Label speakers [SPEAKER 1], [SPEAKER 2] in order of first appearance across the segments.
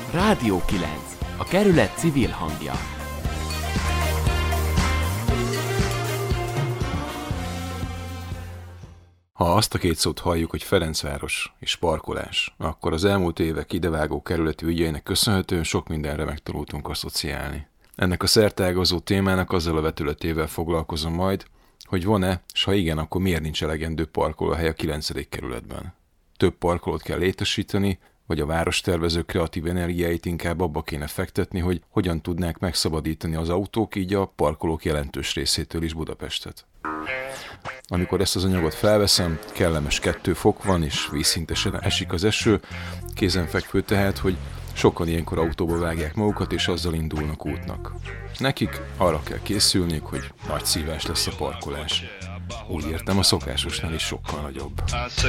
[SPEAKER 1] Rádió 9. A kerület civil hangja.
[SPEAKER 2] Ha azt a két szót halljuk, hogy Ferencváros és parkolás, akkor az elmúlt évek idevágó kerületi ügyeinek köszönhetően sok mindenre megtanultunk asszociálni. Ennek a szerteágazó témának azzal a vetületével foglalkozom majd, hogy van-e, s ha igen, akkor miért nincs elegendő parkolóhely a 9. kerületben. Több parkolót kell létesíteni, vagy a várostervezők kreatív energiáit inkább abba kéne fektetni, hogy hogyan tudnák megszabadítani az autók, így a parkolók jelentős részétől is Budapestet. Amikor ezt az anyagot felveszem, kellemes 2 fok van, és vízszintesen esik az eső, kézenfekvő tehát, hogy sokan ilyenkor autóba vágják magukat, és azzal indulnak útnak. Nekik arra kell készülniük, hogy nagy szívás lesz a parkolás. Úgy értem, a szokásosnál is sokkal nagyobb.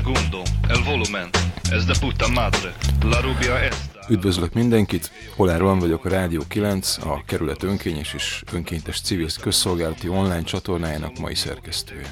[SPEAKER 2] Üdvözlök mindenkit, Oláh Roland vagyok, a Rádió 9, a kerület önkényes és önkéntes civil közszolgálati online csatornájának mai szerkesztője.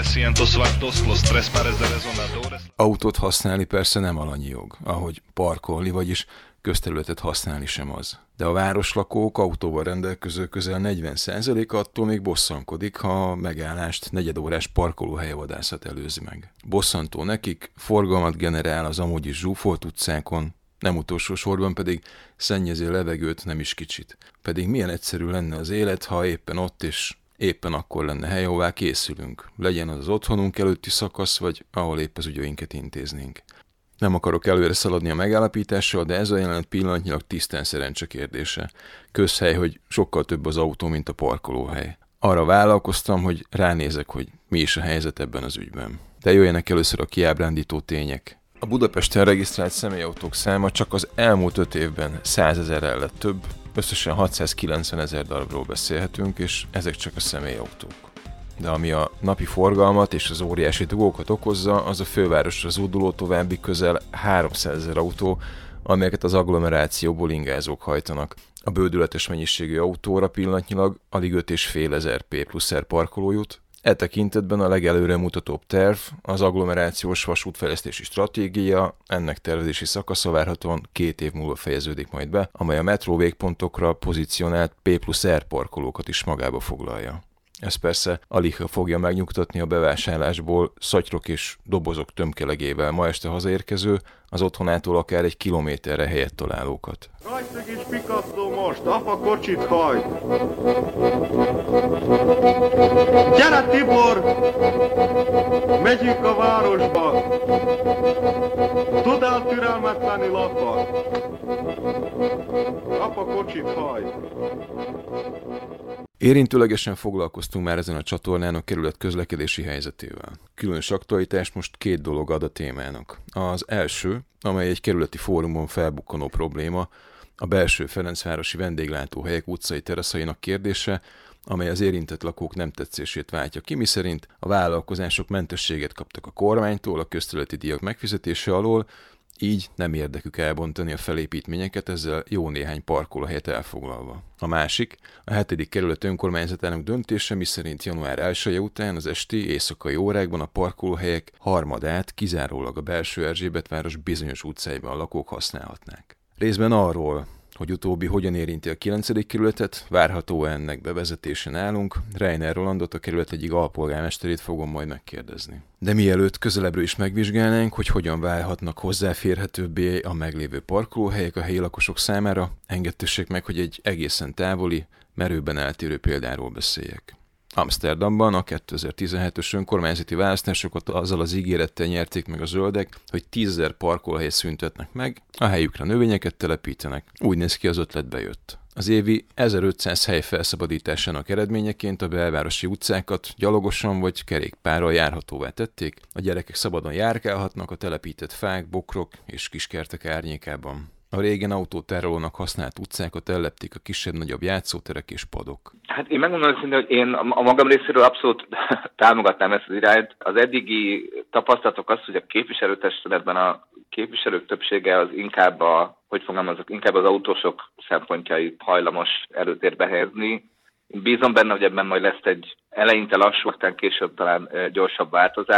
[SPEAKER 2] Autót használni persze nem alanyi jog, ahogy parkolni, vagyis közterületet használni sem az. De a városlakók autóval rendelkező közel 40%-a attól még bosszankodik, ha a megállást negyedórás parkolóhelyvadászat előzi meg. Bosszantó nekik, forgalmat generál az amúgy is zsúfolt utcákon, nem utolsó sorban pedig szennyezi a levegőt nem is kicsit. Pedig milyen egyszerű lenne az élet, ha éppen ott és éppen akkor lenne hely, ahová készülünk. Legyen az otthonunk előtti szakasz, vagy ahol épp az ügyeinket intéznénk. Nem akarok előre szaladni a megállapítással, de ez a jelenet pillanatnyilag tisztán szerencse kérdése. Közhely, hogy sokkal több az autó, mint a parkolóhely. Arra vállalkoztam, hogy ránézek, hogy mi is a helyzet ebben az ügyben. De jöjjenek először a kiábrándító tények. A Budapesten regisztrált személyautók száma csak az elmúlt 5 évben 100 000-rel lett több, összesen 690 000 darabról beszélhetünk, és ezek csak a személyautók. De ami a napi forgalmat és az óriási dugókat okozza, az a fővárosra zúduló további közel 300 000 autó, amelyeket az agglomerációból ingázók hajtanak. A bődületes mennyiségű autóra pillanatnyilag alig 5500 P+R parkoló jut. E tekintetben a legelőre mutatóbb terv az agglomerációs vasútfejlesztési stratégia, ennek tervezési szakasza várhatóan 2 év múlva fejeződik majd be, amely a metró végpontokra pozícionált P+R parkolókat is magába foglalja. Ez persze alig fogja megnyugtatni a bevásárlásból szatyrok és dobozok tömkelegével ma este hazaérkező, az otthonától akár 1 kilométerre helyet találókat.
[SPEAKER 3] Rajszög és Picasso most, apa kocsit hajt! Gyere Tibor! Megyünk a városba! Tudál türelmetlenül apa! Apa kocsit hajt!
[SPEAKER 2] Érintőlegesen foglalkoztunk már ezen a csatornán a kerület közlekedési helyzetével. Különös aktualitást most 2 dolog ad a témának. Az első, amely egy kerületi fórumon felbukkanó probléma, a belső ferencvárosi vendéglátóhelyek utcai teraszainak kérdése, amely az érintett lakók nem tetszését váltja ki, miszerint a vállalkozások mentességet kaptak a kormánytól a közterületi díjak megfizetése alól, így nem érdekük elbontani a felépítményeket, ezzel jó néhány parkolóhelyet elfoglalva. A másik, a 7. kerület önkormányzatának döntése, miszerint január 1 után az esti éjszakai órákban a parkolóhelyek harmadát kizárólag a belső Erzsébetváros bizonyos utcáiban a lakók használhatnák. Részben arról, hogy utóbbi hogyan érinti a 9. kerületet, várható ennek bevezetése nálunk, Reiner Rolandot, a kerület egyik alpolgármesterét fogom majd megkérdezni. De mielőtt közelebbről is megvizsgálnánk, hogy hogyan válhatnak hozzáférhetőbbé a meglévő parkolóhelyek a helyi lakosok számára, engedtessék meg, hogy egy egészen távoli, merőben eltérő példáról beszéljek. Amsterdamban a 2017-ös önkormányzati választásokat azzal az ígérettel nyerték meg a zöldek, hogy 10 000 parkolóhelyet szüntetnek meg, a helyükre növényeket telepítenek. Úgy néz ki, az ötlet bejött. Az évi 1500 hely felszabadításának eredményeként a belvárosi utcákat gyalogosan vagy kerékpárral járhatóvá tették, a gyerekek szabadon járkálhatnak a telepített fák, bokrok és kiskertek árnyékában. A régen autótárolónak használt utcákat ellepték a kisebb-nagyobb játszóterek és padok.
[SPEAKER 4] Hát én megmondom őszintén, hogy én a magam részéről abszolút támogatnám ezt az irányt. Az eddigi tapasztalatok az, hogy a képviselőtestületben a képviselők többsége az inkább inkább az autósok szempontjait hajlamos előtérbe helyezni. Én bízom benne, hogy ebben majd lesz egy eleinte lassú, aztán később talán gyorsabb változás.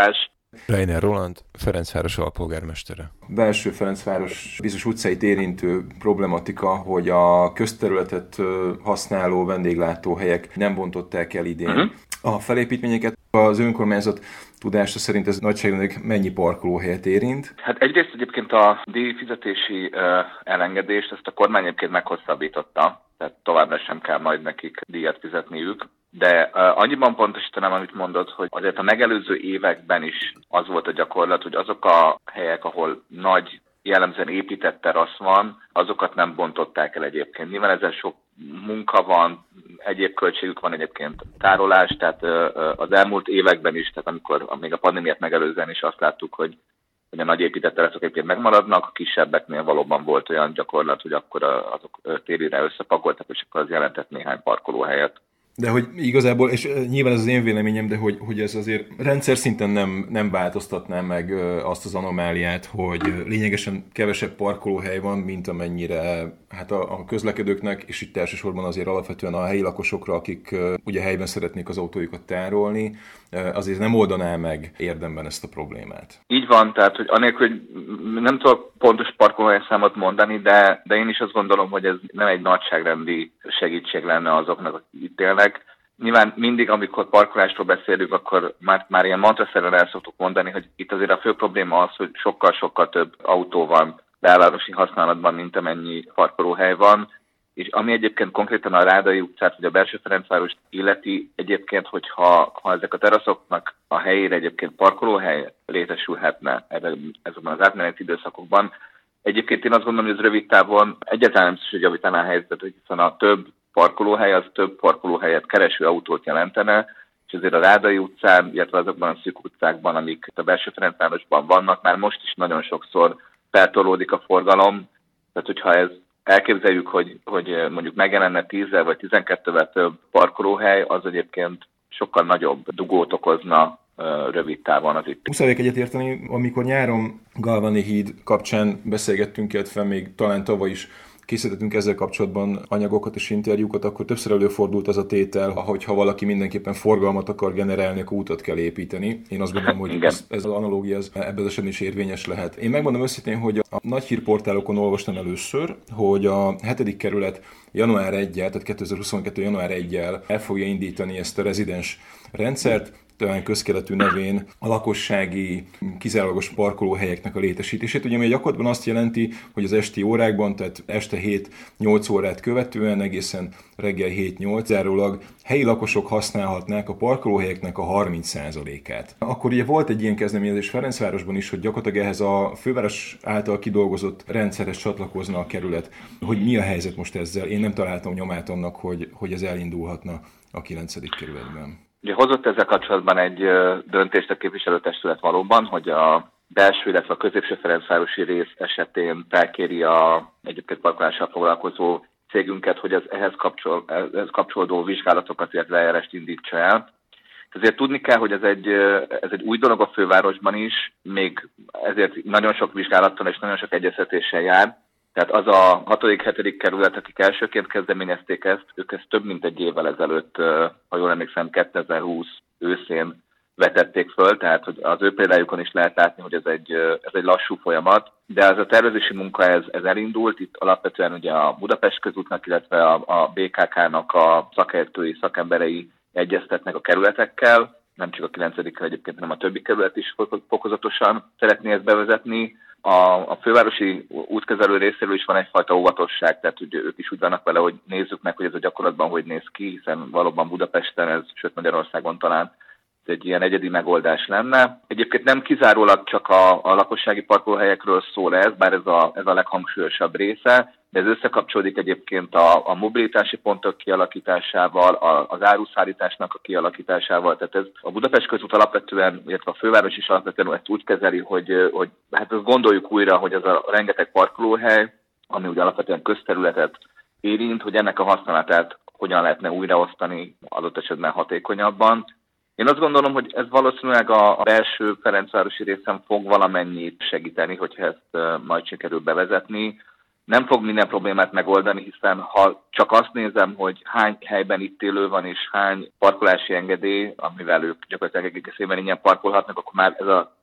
[SPEAKER 2] Reiner Roland, Ferencváros alpolgármestere. Belső Ferencváros bizonyos utcáit érintő problematika, hogy a közterületet használó vendéglátóhelyek nem bontották el idén a felépítményeket. Az önkormányzat tudása szerint ez nagyságrendileg mennyi parkolóhelyet érint?
[SPEAKER 4] Hát egyrészt egyébként a díjfizetési elengedést ezt a kormány egyébként meghosszabbította, tehát továbbra sem kell majd nekik díjat fizetniük. De annyiban pontosítanám, amit mondod, hogy azért a megelőző években is az volt a gyakorlat, hogy azok a helyek, ahol nagy, jellemzően épített terasz van, azokat nem bontották el egyébként. Nyilván ezzel sok munka van, egyéb költségük van egyébként tárolás, tehát az elmúlt években is, tehát amikor még a pandémiát megelőzően is azt láttuk, hogy a nagy épített teraszok egyébként megmaradnak, a kisebbeknél valóban volt olyan gyakorlat, hogy akkor azok télire összepakoltak, és akkor az jelentett néhány parkolóhelyet.
[SPEAKER 2] De hogy igazából, és nyilván ez az én véleményem, de hogy ez azért rendszer szinten nem változtatná meg azt az anomáliát, hogy lényegesen kevesebb parkolóhely van, mint amennyire hát a közlekedőknek, és itt elsősorban azért alapvetően a helyi lakosokra, akik ugye helyben szeretnék az autójukat tárolni, azért nem oldaná meg érdemben ezt a problémát.
[SPEAKER 4] Így van, tehát hogy anélkül, hogy nem tudok pontos parkolóhelyszámot mondani, de én is azt gondolom, hogy ez nem egy nagyságrendi segítség lenne azoknak, akik itt élnek. Nyilván mindig, amikor parkolásról beszélünk, akkor már ilyen mantraszerűen el szoktuk mondani, hogy itt azért a fő probléma az, hogy sokkal-sokkal több autó van belvárosi használatban, mint amennyi parkolóhely van. És ami egyébként konkrétan a Rádai utcát, vagy a Belső Ferencvárost illeti, egyébként, hogyha ezek a teraszoknak a helyére egyébként parkolóhely létesülhetne ezekben az átmeneti időszakokban, egyébként én azt gondolom, hogy ez rövid távon egyáltalán nem szükség javítaná a helyzetet, hiszen a több parkolóhely az több parkolóhelyet kereső autót jelentene, és azért a Rádai utcán, illetve azokban a szűk utcákban, amik a Belső Ferencvárosban vannak, már most is nagyon sokszor feltorlódik a forgalom. Tehát, hogyha ez elképzeljük, hogy mondjuk megjelenne 10-vel vagy 12-vel több parkolóhely, az egyébként sokkal nagyobb dugót okozna rövid távon az itt.
[SPEAKER 2] Muszáj egyetérteni, amikor nyáron Galvani híd kapcsán beszélgettünk, illetve még talán tavaly is készítettünk ezzel kapcsolatban anyagokat és interjúkat, akkor többször előfordult az a tétel, hogyha valaki mindenképpen forgalmat akar generálni, akkor útat kell építeni. Én azt gondolom, hogy ez az analógia ebben az esetben is érvényes lehet. Én megmondom őszintén, hogy a nagy hírportálokon olvastam először, hogy a 7. kerület január 1-jel, tehát 2022. január 1-jel el fogja indítani ezt a rezidens rendszert, talán közkeletű nevén a lakossági kizárólagos parkolóhelyeknek a létesítését. Ugye gyakorlatban azt jelenti, hogy az esti órákban, tehát este 7-8 órát követően egészen reggel 7-8 zárólag helyi lakosok használhatnák a parkolóhelyeknek a 30%-át. Akkor ugye volt egy ilyen kezdeményezés Ferencvárosban is, hogy gyakorlatilag ehhez a főváros által kidolgozott rendszerhez csatlakozna a kerület. Hogy mi a helyzet most ezzel? Én nem találtam nyomát annak, hogy ez elindulhatna a 9. kerületben.
[SPEAKER 4] Ugye hozott ezzel kapcsolatban egy döntést a képviselőtestület valóban, hogy a belső, illetve a középső ferencvárosi rész esetén felkéri egyébként parkolással foglalkozó cégünket, hogy az ehhez kapcsolódó vizsgálatokat, illetve eljárást indítsa el. Ezért tudni kell, hogy ez egy új dolog a fővárosban is, még ezért nagyon sok vizsgálattal és nagyon sok egyeztetéssel jár. Tehát az a 6.-7. kerület, akik elsőként kezdeményezték ezt, ők ezt több mint egy évvel ezelőtt, ha jól emlékszem, 2020 őszén vetették föl, tehát hogy az ő példájukon is lehet látni, hogy ez egy lassú folyamat, de ez a tervezési munka ez elindult, itt alapvetően ugye a Budapest közútnak, illetve a BKK-nak a szakértői, szakemberei egyeztetnek a kerületekkel, nem csak a 9-kel egyébként, hanem a többi kerület is fokozatosan szeretné ezt bevezetni. A fővárosi útkezelő részéről is van egyfajta óvatosság, tehát ugye ők is úgy vannak vele, hogy nézzük meg, hogy ez a gyakorlatban hogy néz ki, hiszen valóban Budapesten, sőt Magyarországon talán ez egy ilyen egyedi megoldás lenne. Egyébként nem kizárólag csak a lakossági parkolóhelyekről szól ez, bár ez a leghangsúlyosabb része, de ez összekapcsolódik egyébként a mobilitási pontok kialakításával, az áruszállításnak a kialakításával. Tehát ez a Budapest közút alapvetően, illetve a főváros is alapvetően ezt úgy kezeli, hogy hát ezt gondoljuk újra, hogy ez a rengeteg parkolóhely, ami ugye alapvetően közterületet érint, hogy ennek a használatát hogyan lehetne újraosztani adott esetben hatékonyabban. Én azt gondolom, hogy ez valószínűleg a belső ferencvárosi részen fog valamennyit segíteni, hogyha ezt majd sikerül bevezetni. Nem fog minden problémát megoldani, hiszen ha csak azt nézem, hogy hány helyben itt élő van és hány parkolási engedély, amivel ők gyakorlatilag egész évben ingyen parkolhatnak, akkor már ez a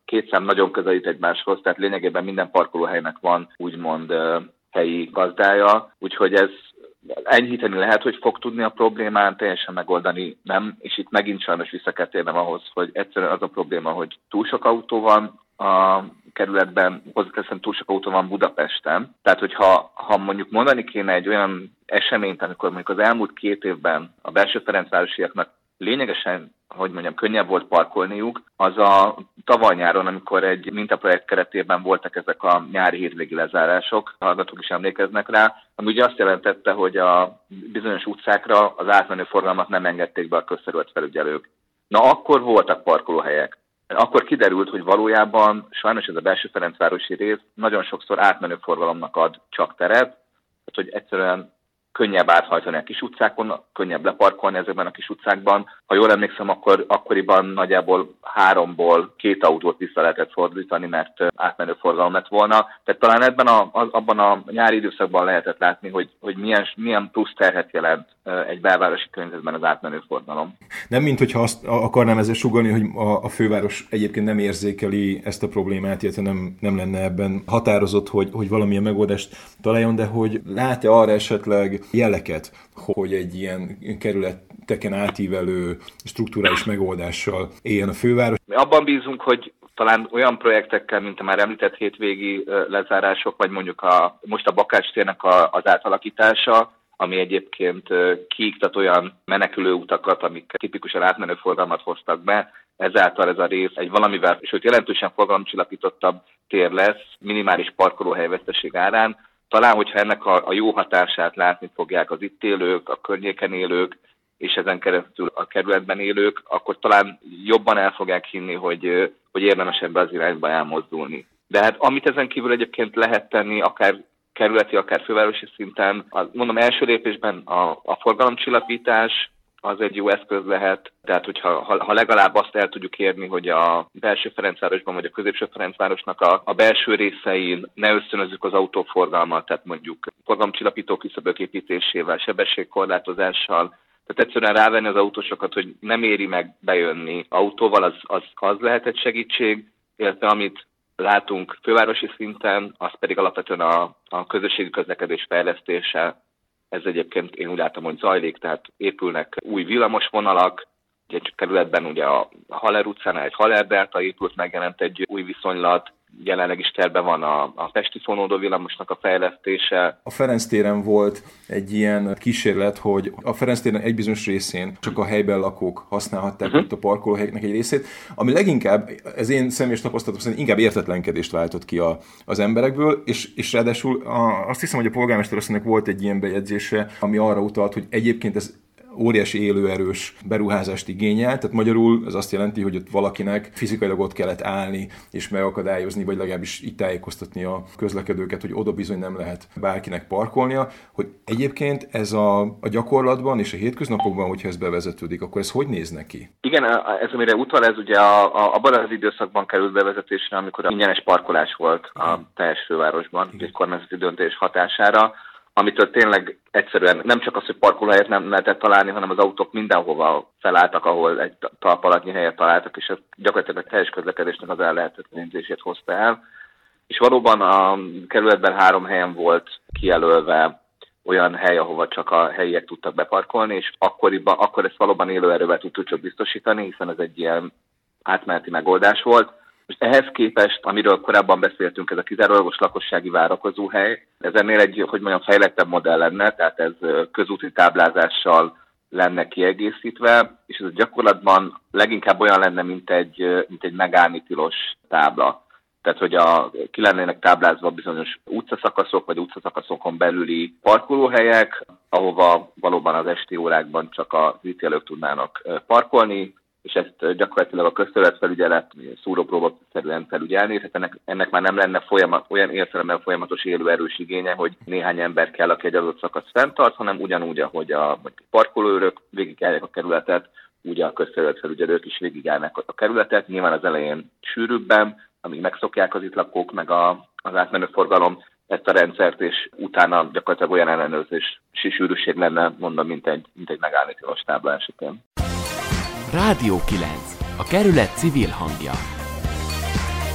[SPEAKER 4] két szám nagyon közelít egymáshoz, tehát lényegében minden parkolóhelynek van úgymond helyi gazdája, úgyhogy ez enyhíteni lehet, hogy fog tudni a problémán, teljesen megoldani nem, és itt megint sajnos vissza kell térnem ahhoz, hogy egyszerűen az a probléma, hogy túl sok autó van a kerületben, hozzáteszem túl sok autó van Budapesten. Tehát, hogyha mondjuk mondani kéne egy olyan eseményt, amikor mondjuk az elmúlt 2 évben a belső Ferencvárosiaknak lényegesen, hogy mondjam, könnyebb volt parkolniuk, az a tavaly nyáron, amikor egy mintaprojekt keretében voltak ezek a nyári hétvégi lezárások, hallgatók is emlékeznek rá, ami ugye azt jelentette, hogy a bizonyos utcákra az átmenő forgalmat nem engedték be a közterületfelügyelők. Na akkor voltak parkolóhelyek. Akkor kiderült, hogy valójában sajnos ez a belső Ferencvárosi rész nagyon sokszor átmenő forgalomnak ad csak teret, tehát hogy egyszerűen könnyebb áthajtani a kis utcákon, könnyebb leparkolni ezekben a kis utcákban. Ha jól emlékszem, akkoriban nagyjából 3-ból 2 autót vissza lehetett fordítani, mert átmenő forgalom lett volna. Tehát talán abban a nyári időszakban lehetett látni, hogy milyen plusz terhet jelent egy belvárosi környezetben az átmenő forgalom.
[SPEAKER 2] Nem minthogyha azt akarnám ezzel sugallni, hogy a főváros egyébként nem érzékeli ezt a problémát, illetve nem lenne ebben határozott, hogy valamilyen megoldást találjon, de hogy lát-e arra esetleg jeleket, hogy egy ilyen kerületeken átívelő strukturális megoldássál éljen a főváros?
[SPEAKER 4] Mi abban bízunk, hogy talán olyan projektekkel, mint a már említett hétvégi lezárások, vagy mondjuk most a Bakács térnek az átalakítása, ami egyébként kiiktat olyan menekülő utakat, amik tipikusan átmenő forgalmat hoztak be, ezáltal ez a rész egy valamivel, sőt jelentősen forgalomcsillapítottabb tér lesz, minimális parkolóhelyveszteség árán. Talán, hogyha ennek a jó hatását látni fogják az itt élők, a környéken élők, és ezen keresztül a kerületben élők, akkor talán jobban el fogják hinni, hogy érdemes ebbe az irányba elmozdulni. De hát amit ezen kívül egyébként lehet tenni, akár kerületi, akár fővárosi szinten, mondom, első lépésben a forgalomcsillapítás az egy jó eszköz lehet, tehát hogyha legalább azt el tudjuk érni, hogy a belső Ferencvárosban vagy a középső Ferencvárosnak a belső részein ne ösztönözzük az autóforgalmat, tehát mondjuk forgalomcsillapító küszöbök építésével, sebességkorlátozással, tehát egyszerűen rávenni az autósokat, hogy nem éri meg bejönni autóval, az lehet egy segítség, illetve amit látunk fővárosi szinten, az pedig alapvetően a közösségi közlekedés fejlesztése. Ez egyébként én úgy látom, hogy zajlik, tehát épülnek új villamosvonalak, egy kerületben ugye a Haller utcánál egy Haller Delta épült, megjelent egy új viszonylat, jelenleg is terve van a pesti fonódó villamosnak a fejlesztése.
[SPEAKER 2] A Ferenc téren volt egy ilyen kísérlet, hogy a Ferenc téren egy bizonyos részén csak a helyben lakók használhatták ott a parkolóhelyeknek egy részét, ami leginkább, ez én személyes tapasztalatom szerint inkább értetlenkedést váltott ki az emberekből, és ráadásul azt hiszem, hogy a polgármester asszonynak volt egy ilyen bejegyzése, ami arra utalt, hogy egyébként ez óriási élőerős beruházást igényel, tehát magyarul ez azt jelenti, hogy ott valakinek fizikailag ott kellett állni és megakadályozni, vagy legalábbis így tájékoztatni a közlekedőket, hogy oda bizony nem lehet bárkinek parkolnia, hogy egyébként ez a gyakorlatban és a hétköznapokban, hogyha ez bevezetődik, akkor ez hogy néz neki?
[SPEAKER 4] Igen, ez amire utal, ez ugye abban az időszakban került bevezetésre, amikor a ingyenes parkolás volt a teljes fővárosban, egy kormányzati döntés hatására, amitől tényleg egyszerűen nem csak az, hogy parkolóhelyet nem lehetett találni, hanem az autók mindenhova felálltak, ahol egy talpalatnyi helyet találtak, és ez gyakorlatilag a teljes közlekedésnek az ellehetetlenítését hozta el. És valóban a kerületben 3 helyen volt kijelölve olyan hely, ahova csak a helyiek tudtak beparkolni, és akkor ezt valóban élőerővel tudtuk csak biztosítani, hiszen ez egy ilyen átmeneti megoldás volt. Most ehhez képest, amiről korábban beszéltünk, ez a kizárólagos lakossági várakozóhely, ez ennél egy, hogy mondjam, fejlettebb modell lenne, tehát ez közúti táblázással lenne kiegészítve, és ez gyakorlatban leginkább olyan lenne, mint egy megállni tilos tábla. Tehát, hogy ki lennének táblázva bizonyos utcaszakaszok, vagy utcaszakaszokon belüli parkolóhelyek, ahova valóban az esti órákban csak az ítélők tudnának parkolni, és ezt gyakorlatilag a közterületfelügyelet szúrópróbaszerűen felügyelni, tehát ennek már nem lenne olyan értelemben folyamatos élőerős igénye, hogy néhány ember kell, aki egy adott szakasz fenntart, hanem ugyanúgy, ahogy a parkolóőrök végigjárják a kerületet, úgy a közterületfelügyelők is végigjárnak a kerületet, nyilván az elején sűrűbben, amíg megszokják az itt lakók, meg az átmenő forgalom ezt a rendszert, és utána gyakorlatilag olyan ellenőrzés sűrűség lenne, mondom, mint egy megállni tilos tábla esetén.
[SPEAKER 1] Rádió 9. A kerület civil hangja.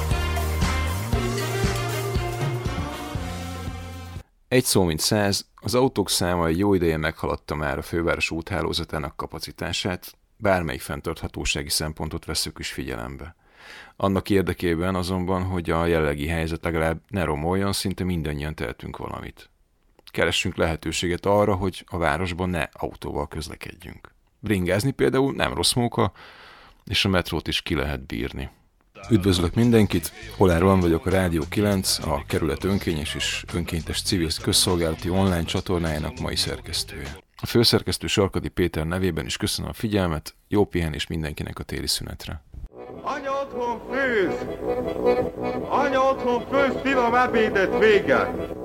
[SPEAKER 2] Egy szó mint 100, az autók száma egy jó ideje meghaladta már a főváros úthálózatának kapacitását, bármelyik fenntarthatósági szempontot vesszük is figyelembe. Annak érdekében azonban, hogy a jelenlegi helyzet legalább ne romoljon, szinte mindannyian tehetünk valamit. Keressünk lehetőséget arra, hogy a városban ne autóval közlekedjünk. Bringázni például nem rossz móka, és a metrót is ki lehet bírni. Üdvözlök mindenkit, Olárban vagyok, a Rádió 9, a kerület önkényes és önkéntes civil közszolgálati online csatornájának mai szerkesztője. A főszerkesztő Sarkadi Péter nevében is köszönöm a figyelmet, jó pihenés mindenkinek a téli szünetre.
[SPEAKER 3] Anya otthon főz! Anya otthon főz, finom ebédet véget!